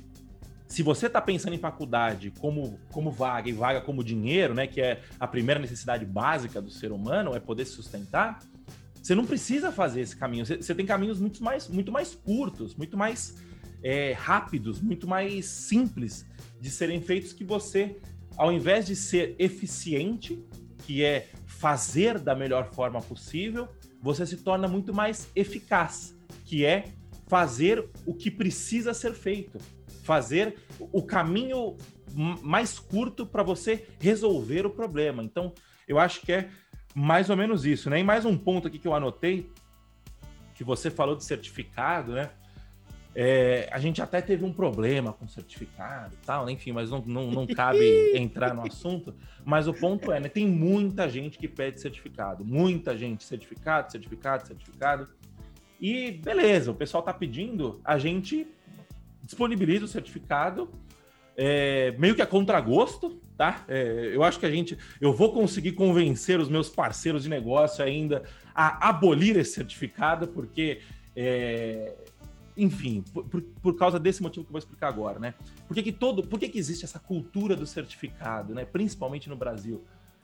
Speaker 2: se você está pensando em faculdade como, como vaga e vaga como dinheiro, né, que é a primeira necessidade básica do ser humano, é poder se sustentar, você não precisa fazer esse caminho. Você, você tem caminhos muito mais, muito mais curtos, muito mais é, rápidos, muito mais simples de serem feitos, que você, ao invés de ser eficiente, que é fazer da melhor forma possível, você se torna muito mais eficaz, que é fazer o que precisa ser feito, fazer o caminho mais curto para você resolver o problema. Então, eu acho que é mais ou menos isso, né? E mais um ponto aqui que eu anotei, que você falou de certificado, né? É, a gente até teve um problema com certificado e tal, né? Enfim, mas não, não, não cabe entrar no assunto. Mas o ponto é, né? Tem muita gente que pede certificado, muita gente, certificado, certificado, certificado. E beleza, o pessoal tá pedindo, a gente disponibiliza o certificado, é, meio que a contragosto, tá? É, eu acho que a gente, eu vou conseguir convencer os meus parceiros de negócio ainda a abolir esse certificado, porque, é, enfim, por, por, por causa desse motivo que eu vou explicar agora, né? Por que que todo, por que que existe essa cultura do certificado, né? Principalmente no Brasil.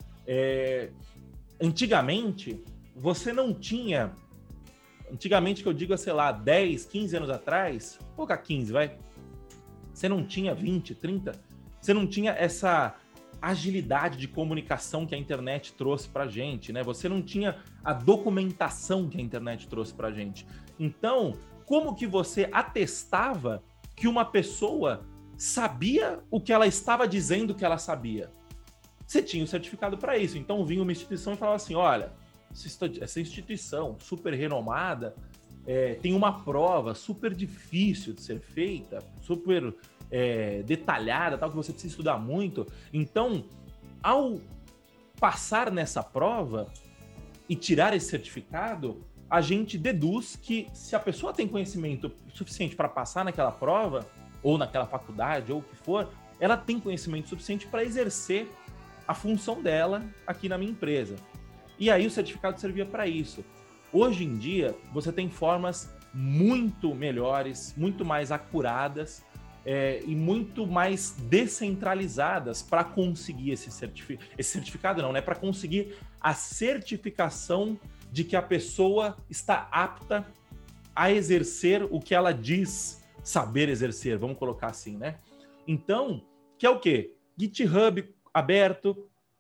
Speaker 2: É, antigamente, você não tinha... Antigamente, que eu digo, sei lá, dez, quinze anos atrás, vou colocar quinze, vai. Você não tinha vinte, trinta, você não tinha essa agilidade de comunicação que a internet trouxe pra gente, né? Você não tinha a documentação que a internet trouxe pra gente. Então, como que você atestava que uma pessoa sabia o que ela estava dizendo que ela sabia? Você tinha o certificado para isso. Então, vinha uma instituição e falava assim, olha, essa instituição super renomada é, tem uma prova super difícil de ser feita, super é, detalhada, tal, que você precisa estudar muito. Então, ao passar nessa prova e tirar esse certificado, a gente deduz que se a pessoa tem conhecimento suficiente para passar naquela prova, ou naquela faculdade, ou o que for, ela tem conhecimento suficiente para exercer a função dela aqui na minha empresa. E aí o certificado servia para isso. Hoje em dia, você tem formas muito melhores, muito mais acuradas é, e muito mais descentralizadas para conseguir esse, certifi- esse certificado, não, né? Para conseguir a certificação de que a pessoa está apta a exercer o que ela diz saber exercer, vamos colocar assim, né? Então, que é o quê? GitHub aberto,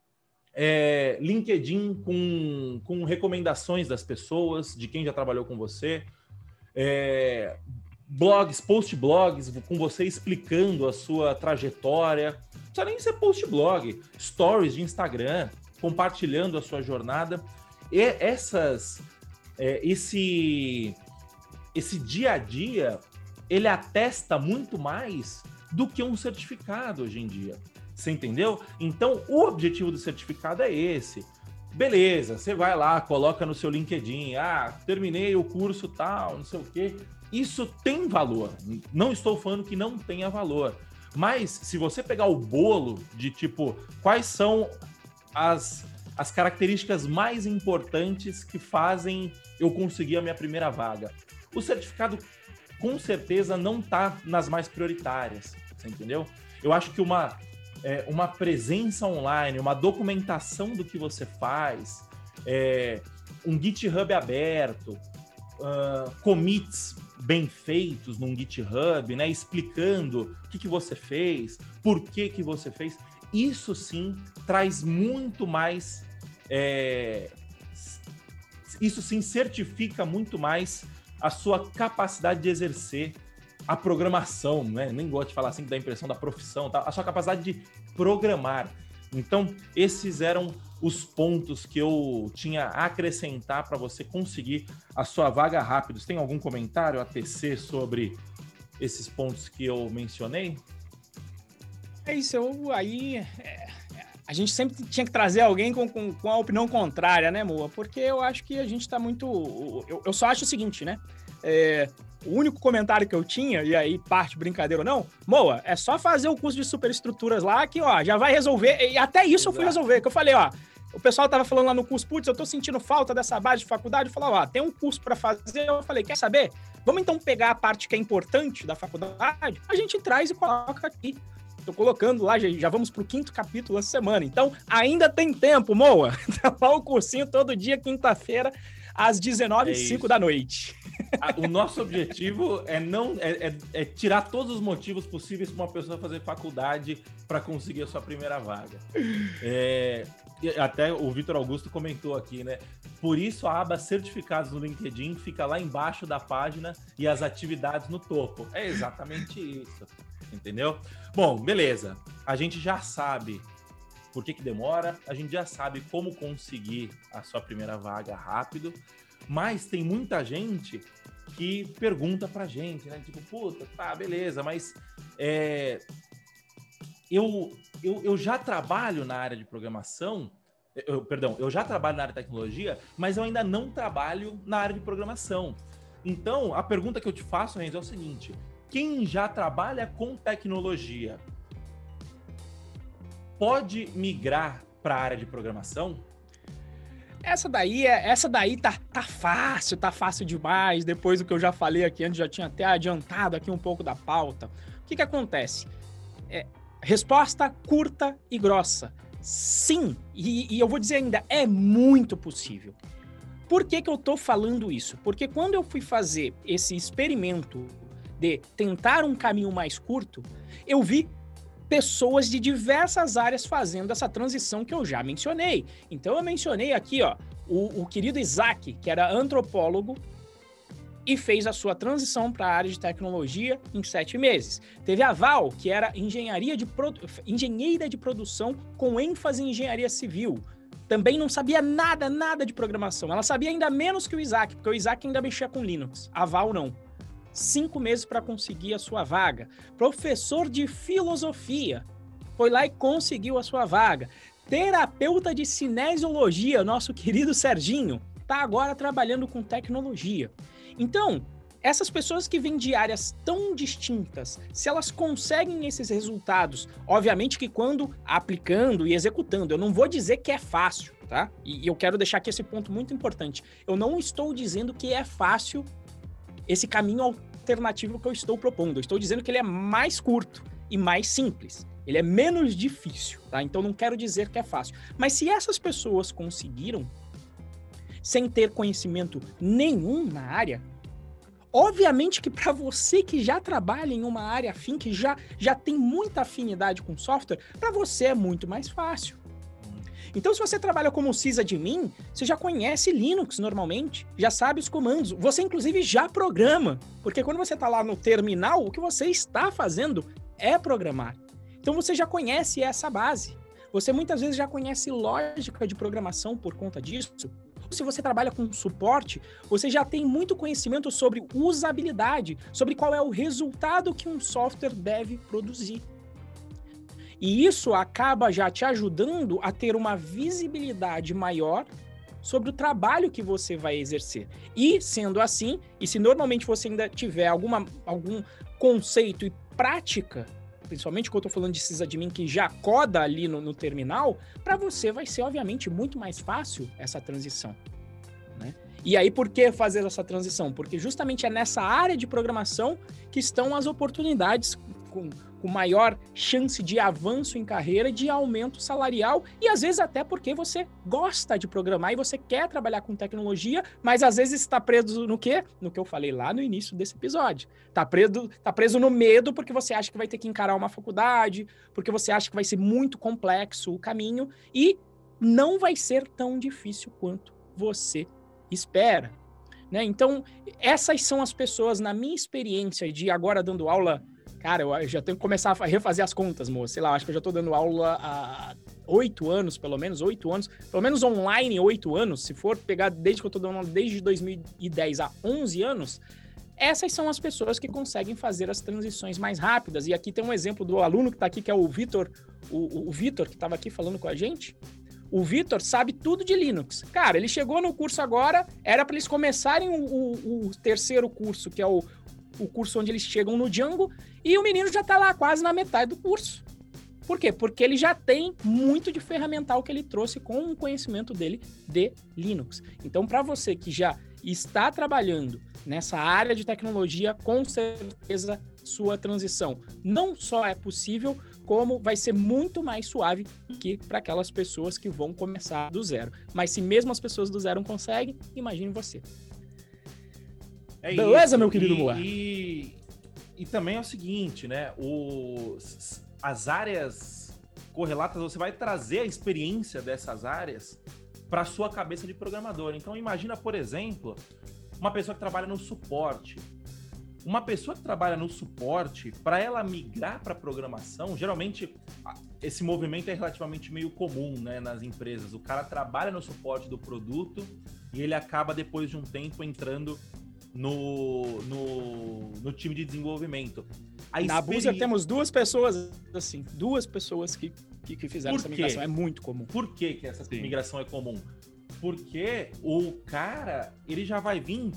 Speaker 2: É, LinkedIn com, com recomendações das pessoas, de quem já trabalhou com você, é, blogs, post-blogs, com você explicando a sua trajetória, não precisa nem ser post-blog, stories de Instagram, compartilhando a sua jornada. E essas, é, esse, esse dia a dia, ele atesta muito mais do que um certificado hoje em dia. Você entendeu? Então, o objetivo do certificado é esse. Beleza, você vai lá, coloca no seu LinkedIn, ah, terminei o curso tal, não sei o quê. Isso tem valor. Não estou falando que não tenha valor. Mas, se você pegar o bolo de, tipo, quais são as, as características mais importantes que fazem eu conseguir a minha primeira vaga, o certificado, com certeza, não está nas mais prioritárias. Você entendeu? Eu acho que uma... É, uma presença online, uma documentação do que você faz, é, um GitHub aberto, uh, commits bem feitos num GitHub, né, explicando o que, que você fez, por que, que você fez, isso sim traz muito mais, é, isso sim certifica muito mais a sua capacidade de exercer a programação, né? Nem gosto de falar assim, que dá a impressão da profissão, tá? A sua capacidade de programar. Então, esses eram os pontos que eu tinha a acrescentar para você conseguir a sua vaga rápido. Tem algum comentário a tecer sobre esses pontos que eu mencionei?
Speaker 1: É isso, eu, aí é, a gente sempre tinha que trazer alguém com, com, com a opinião contrária, né, Moa? Porque eu acho que a gente está muito... Eu, eu só acho o seguinte, né? É, o único comentário que eu tinha, e aí parte brincadeira ou não, Moa, é só fazer o curso de superestruturas lá que, ó, já vai resolver. E até isso Exato. Eu fui resolver, que eu falei, ó, o pessoal tava falando lá no curso, putz, eu tô sentindo falta dessa base de faculdade. Eu falei, ó, tem um curso para fazer. Eu falei, quer saber? Vamos então pegar a parte que é importante da faculdade, a gente traz e coloca aqui. Tô colocando lá, já, já vamos pro quinto capítulo essa semana. Então, ainda tem tempo, Moa. Tá lá o cursinho todo dia, quinta-feira. às dezenove e cinco da noite.
Speaker 2: O nosso objetivo é não é, é, é tirar todos os motivos possíveis para uma pessoa fazer faculdade para conseguir a sua primeira vaga. É, até o Vitor Augusto comentou aqui, né? Por isso a aba certificados no LinkedIn fica lá embaixo da página e as atividades no topo. É exatamente isso, entendeu? Bom, beleza. A gente já sabe por que que demora, a gente já sabe como conseguir a sua primeira vaga rápido, mas tem muita gente que pergunta pra gente, né? Tipo, puta, tá, beleza, mas é, eu, eu, eu já trabalho na área de programação, eu, perdão, eu já trabalho na área de tecnologia, mas eu ainda não trabalho na área de programação. Então, a pergunta que eu te faço, Renzo, é o seguinte: quem já trabalha com tecnologia pode migrar para a área de programação?
Speaker 1: Essa daí, é, essa daí tá, tá fácil, tá fácil demais. Depois do que eu já falei aqui antes, já tinha até adiantado aqui um pouco da pauta. O que que acontece? É, resposta curta e grossa. Sim, e, e eu vou dizer ainda, é muito possível. Por que que eu tô falando isso? Porque quando eu fui fazer esse experimento de tentar um caminho mais curto, eu vi pessoas de diversas áreas fazendo essa transição que eu já mencionei. Então eu mencionei aqui, ó, o, o querido Isaac, que era antropólogo e fez a sua transição para a área de tecnologia em sete meses. Teve a Val, que era engenharia de produ... engenheira de produção com ênfase em engenharia civil. Também não sabia nada, nada de programação. Ela sabia ainda menos que o Isaac, porque o Isaac ainda mexia com Linux. A Val não. Cinco meses para conseguir a sua vaga. Professor de filosofia, foi lá e conseguiu a sua vaga. Terapeuta de cinesiologia, nosso querido Serginho, está agora trabalhando com tecnologia. Então, essas pessoas que vêm de áreas tão distintas, se elas conseguem esses resultados, obviamente que quando aplicando e executando, eu não vou dizer que é fácil, tá? E eu quero deixar aqui esse ponto muito importante. Eu não estou dizendo que é fácil esse caminho alternativo que eu estou propondo. Eu estou dizendo que ele é mais curto e mais simples. Ele é menos difícil, tá? Então não quero dizer que é fácil. Mas se essas pessoas conseguiram, sem ter conhecimento nenhum na área, obviamente que para você que já trabalha em uma área afim, que já, já tem muita afinidade com software, para você é muito mais fácil. Então, se você trabalha como sysadmin, você já conhece Linux normalmente, já sabe os comandos. Você, inclusive, já programa. Porque quando você está lá no terminal, o que você está fazendo é programar. Então, você já conhece essa base. Você, muitas vezes, já conhece lógica de programação por conta disso. Se você trabalha com suporte, você já tem muito conhecimento sobre usabilidade, sobre qual é o resultado que um software deve produzir. E isso acaba já te ajudando a ter uma visibilidade maior sobre o trabalho que você vai exercer. E, sendo assim, e se normalmente você ainda tiver alguma, algum conceito e prática, principalmente quando eu estou falando de sysadmin que já coda ali no, no terminal, para você vai ser, obviamente, muito mais fácil essa transição, né? E aí, por que fazer essa transição? Porque justamente é nessa área de programação que estão as oportunidades com, com maior chance de avanço em carreira, de aumento salarial, e às vezes até porque você gosta de programar e você quer trabalhar com tecnologia, mas às vezes está preso no quê? No que eu falei lá no início desse episódio. Está preso, tá preso no medo porque você acha que vai ter que encarar uma faculdade, porque você acha que vai ser muito complexo o caminho, e não vai ser tão difícil quanto você espera, né? Então, essas são as pessoas, na minha experiência de agora dando aula. Cara, eu já tenho que começar a refazer as contas, moço. Sei lá, acho que eu já tô dando aula há oito anos, pelo menos, oito anos. Pelo menos online, oito anos. Se for pegar desde que eu tô dando aula, desde dois mil e dez a onze anos, essas são as pessoas que conseguem fazer as transições mais rápidas. E aqui tem um exemplo do aluno que tá aqui, que é o Vitor, o, o Vitor, que estava aqui falando com a gente. O Vitor sabe tudo de Linux. Cara, ele chegou no curso agora, era para eles começarem o, o, o terceiro curso, que é o o curso onde eles chegam no Django, e o menino já tá lá quase na metade do curso. Por quê? Porque ele já tem muito de ferramental que ele trouxe com o conhecimento dele de Linux. Então, para você que já está trabalhando nessa área de tecnologia, com certeza sua transição não só é possível, como vai ser muito mais suave que para aquelas pessoas que vão começar do zero. Mas se mesmo as pessoas do zero não conseguem, imagine você.
Speaker 2: É
Speaker 1: Beleza,
Speaker 2: isso.
Speaker 1: meu querido
Speaker 2: e,
Speaker 1: Moa?
Speaker 2: E, e também é o seguinte, né? O, as áreas correlatas, você vai trazer a experiência dessas áreas para sua cabeça de programador. Então imagina, por exemplo, uma pessoa que trabalha no suporte. Uma pessoa que trabalha no suporte, para ela migrar para programação, geralmente esse movimento é relativamente meio comum, né, nas empresas. O cara trabalha no suporte do produto e ele acaba, depois de um tempo, entrando no, no, no time de desenvolvimento. A
Speaker 1: Na
Speaker 2: experi...
Speaker 1: Busa temos duas pessoas, assim, duas pessoas que, que, que fizeram
Speaker 2: Por
Speaker 1: essa
Speaker 2: quê?
Speaker 1: migração. É muito comum.
Speaker 2: Por que, que essa
Speaker 1: Sim.
Speaker 2: migração é comum? Porque o cara, ele já vai vir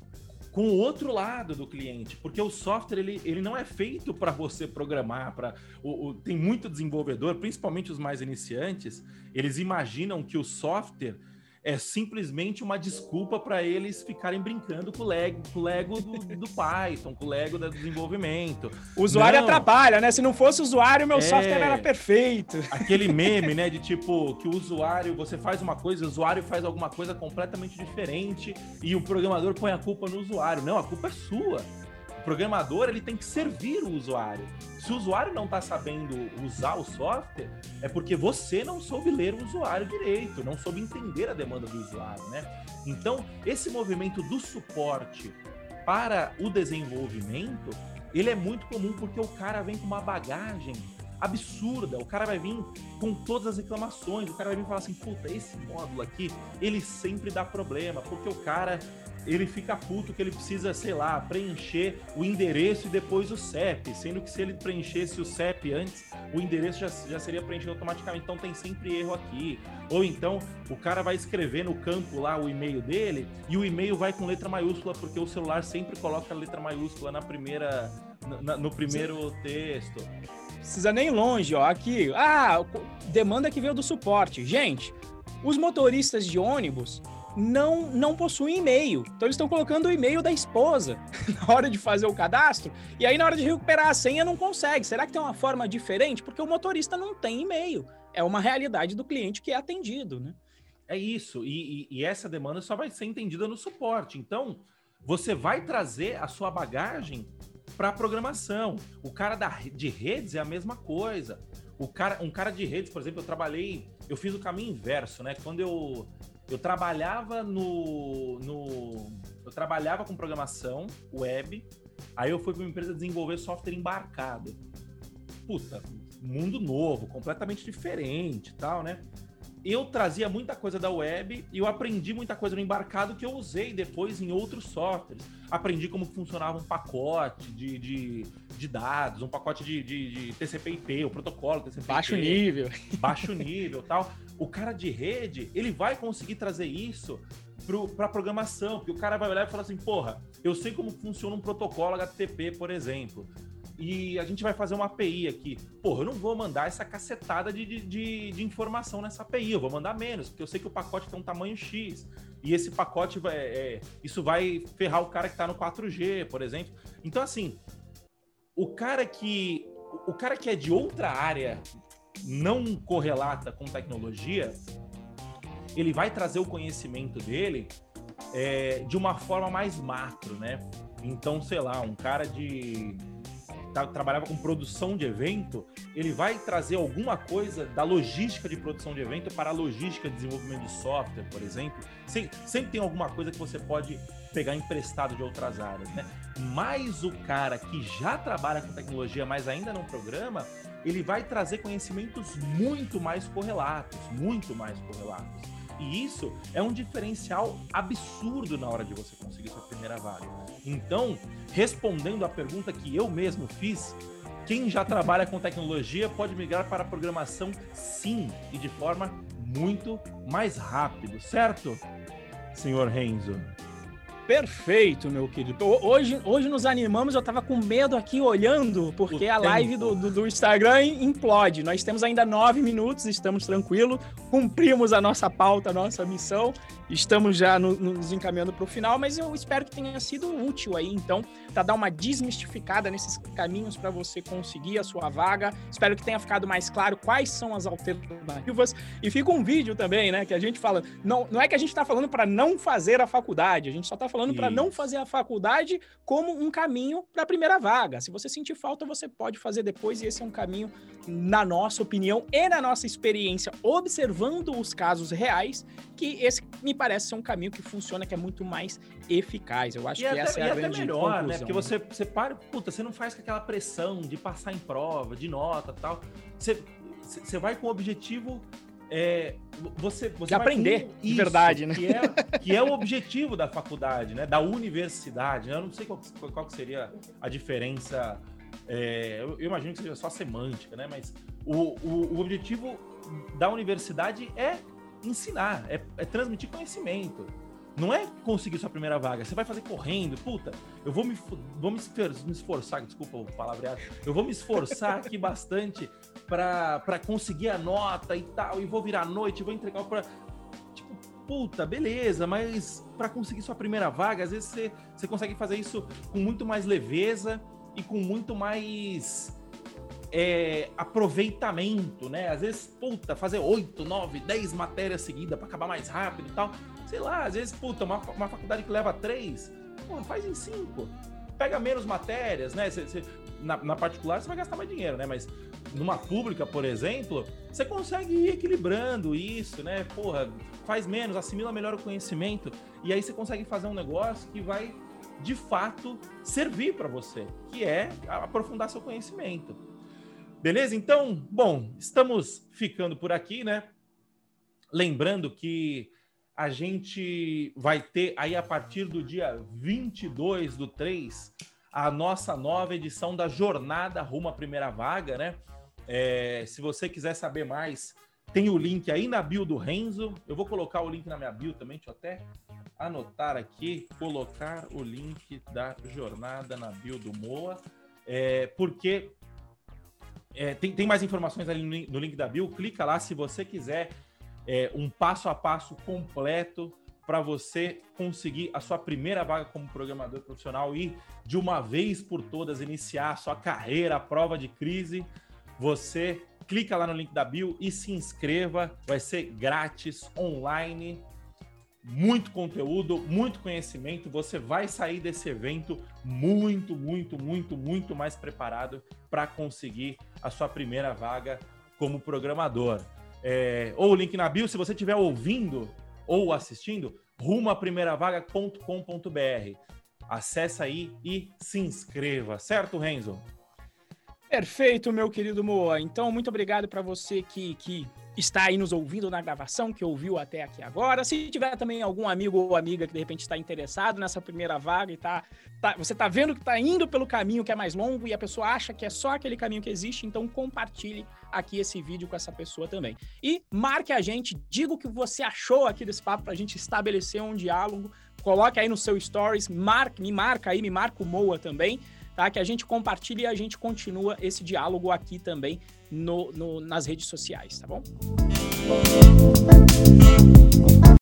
Speaker 2: com o outro lado do cliente, porque o software ele, ele não é feito para você programar, para o, o, tem muito desenvolvedor, principalmente os mais iniciantes, eles imaginam que o software é simplesmente uma desculpa para eles ficarem brincando com o Lego, com o Lego do, do Python, com o Lego do desenvolvimento.
Speaker 1: O usuário
Speaker 2: não.
Speaker 1: atrapalha, né? Se não fosse usuário, meu
Speaker 2: É.
Speaker 1: software era perfeito.
Speaker 2: Aquele meme, né, de tipo, que o usuário, você faz uma coisa, o usuário faz alguma coisa completamente diferente e o programador põe a culpa no usuário. Não, a culpa é sua. O programador, ele tem que servir o usuário. Se o usuário não está sabendo usar o software, é porque você não soube ler o usuário direito, não soube entender a demanda do usuário, né? Então, esse movimento do suporte para o desenvolvimento, ele é muito comum porque o cara vem com uma bagagem absurda, o cara vai vir com todas as reclamações, o cara vai vir e falar assim, puta, esse módulo aqui, ele sempre dá problema, porque o cara, ele fica puto que ele precisa, sei lá, preencher o endereço e depois o C E P, sendo que se ele preenchesse o C E P antes, o endereço já, já seria preenchido automaticamente, então tem sempre erro aqui. Ou então, o cara vai escrever no campo lá o e-mail dele, e o e-mail vai com letra maiúscula, porque o celular sempre coloca a letra maiúscula na primeira, na, no primeiro texto.
Speaker 1: Precisa nem ir longe, ó. Aqui, ah, demanda que veio do suporte. Gente, os motoristas de ônibus não, não possuem e-mail. Então eles estão colocando o e-mail da esposa na hora de fazer o cadastro, e aí na hora de recuperar a senha não consegue. Será que tem uma forma diferente? Porque o motorista não tem e-mail. É uma realidade do cliente que é atendido, né?
Speaker 2: É isso, e, e, e essa demanda só vai ser entendida no suporte. Então, você vai trazer a sua bagagem para a programação. O cara da, de redes é a mesma coisa. O cara, um cara de redes, por exemplo, eu trabalhei, eu fiz o caminho inverso, né? Quando eu, eu trabalhava no, no... Eu trabalhava com programação web, aí eu fui para uma empresa desenvolver software embarcado. Puta, mundo novo, completamente diferente e tal, né? Eu trazia muita coisa da web e eu aprendi muita coisa no embarcado que eu usei depois em outros softwares. Aprendi como funcionava um pacote de, de, de dados, um pacote de, de, de T C P I P, o protocolo T C P I P.
Speaker 1: Baixo nível.
Speaker 2: Baixo nível e tal. O cara de rede, ele vai conseguir trazer isso para a programação, porque o cara vai olhar e falar assim, porra, eu sei como funciona um protocolo H T T P, por exemplo. E a gente vai fazer uma A P I aqui. Porra, eu não vou mandar essa cacetada de, de, de informação nessa A P I, eu vou mandar menos, porque eu sei que o pacote tem um tamanho X. E esse pacote, vai, é, isso vai ferrar o cara que está no quatro G, por exemplo. Então, assim, o cara que, o cara que é de outra área, não correlata com tecnologia, ele vai trazer o conhecimento dele é, de uma forma mais macro, né? Então, sei lá, um cara de... trabalhava com produção de evento, ele vai trazer alguma coisa da logística de produção de evento para a logística de desenvolvimento de software, por exemplo. Sempre, sempre tem alguma coisa que você pode pegar emprestado de outras áreas, né? Mas o cara que já trabalha com tecnologia, mas ainda não programa, ele vai trazer conhecimentos muito mais correlatos, muito mais correlatos. E isso é um diferencial absurdo na hora de você conseguir sua primeira vaga. Então, respondendo à pergunta que eu mesmo fiz, quem já trabalha com tecnologia pode migrar para a programação, sim, e de forma muito mais rápido, certo, senhor Renzo?
Speaker 1: Perfeito, meu querido. Hoje, hoje nos animamos, eu tava com medo aqui olhando, porque o a live do, do, do Instagram implode. Nós temos ainda nove minutos, estamos tranquilos, cumprimos a nossa pauta, a nossa missão, estamos já no, nos encaminhando para o final, mas eu espero que tenha sido útil aí, então, para dar uma desmistificada nesses caminhos para você conseguir a sua vaga. Espero que tenha ficado mais claro quais são as alternativas. E fica um vídeo também, né, que a gente fala, não, não é que a gente está falando para não fazer a faculdade, a gente só está falando para não fazer a faculdade como um caminho para a primeira vaga. Se você sentir falta, você pode fazer depois, e esse é um caminho, na nossa opinião e na nossa experiência, observando os casos reais, que esse me parece ser um caminho que funciona, que é muito mais eficaz. Eu acho
Speaker 2: e
Speaker 1: que
Speaker 2: até,
Speaker 1: essa é a grande
Speaker 2: melhor,
Speaker 1: conclusão.
Speaker 2: Né? Porque você, você para, puta, você não faz com aquela pressão de passar em prova, de nota e tal. Você, você vai com o objetivo... É, você, você
Speaker 1: de aprender, isso, de verdade, né?
Speaker 2: Que é, que é o objetivo da faculdade, né? Da universidade. Né? Eu não sei qual, qual que seria a diferença. É, eu, eu imagino que seja só semântica, né? Mas o, o, o objetivo da universidade é ensinar, é, é transmitir conhecimento. Não é conseguir sua primeira vaga. Você vai fazer correndo. Puta, eu vou me, vou me esforçar, desculpa o palavreado, eu vou me esforçar aqui bastante para conseguir a nota e tal, e vou virar à noite, vou entregar o... Pra... Tipo, puta, beleza, mas para conseguir sua primeira vaga, às vezes você, você consegue fazer isso com muito mais leveza e com muito mais... É, aproveitamento, né? Às vezes, puta, fazer oito, nove, dez matérias seguidas para acabar mais rápido e tal. Sei lá, às vezes, puta, uma, uma faculdade que leva três, porra, faz em cinco. Pega menos matérias, né? Cê, cê, na, na particular, você vai gastar mais dinheiro, né? Mas numa pública, por exemplo, você consegue ir equilibrando isso, né? Porra, faz menos, assimila melhor o conhecimento, e aí você consegue fazer um negócio que vai, de fato, servir para você, que é aprofundar seu conhecimento. Beleza? Então, bom, estamos ficando por aqui, né? Lembrando que a gente vai ter aí a partir do dia vinte e dois do três a nossa nova edição da Jornada Rumo à Primeira Vaga, né? É, se você quiser saber mais, tem o link aí na bio do Renzo. Eu vou colocar o link na minha bio também, deixa eu até anotar aqui, colocar o link da jornada na bio do Moa, é, porque... É, tem, tem mais informações ali no, no link da bio, clica lá se você quiser é, um passo a passo completo para você conseguir a sua primeira vaga como programador profissional e de uma vez por todas iniciar a sua carreira, a prova de crise. Você clica lá no link da bio e se inscreva, vai ser grátis, online, muito conteúdo, muito conhecimento. Você vai sair desse evento muito, muito, muito, muito mais preparado para conseguir a sua primeira vaga como programador. É, ou o link na bio, se você estiver ouvindo ou assistindo, rumo a primeira vaga ponto com ponto b r. Acesse aí e se inscreva, certo, Renzo?
Speaker 1: Perfeito, meu querido Moa. Então, muito obrigado para você que... que... está aí nos ouvindo na gravação, que ouviu até aqui agora. Se tiver também algum amigo ou amiga que de repente está interessado nessa primeira vaga e tá, tá, você está vendo que está indo pelo caminho que é mais longo e a pessoa acha que é só aquele caminho que existe, então compartilhe aqui esse vídeo com essa pessoa também. E marque a gente, diga o que você achou aqui desse papo para a gente estabelecer um diálogo. Coloque aí no seu stories, marque, me marca aí, me marca o Moa também, tá? Que a gente compartilha e a gente continua esse diálogo aqui também no, no, nas redes sociais, tá bom?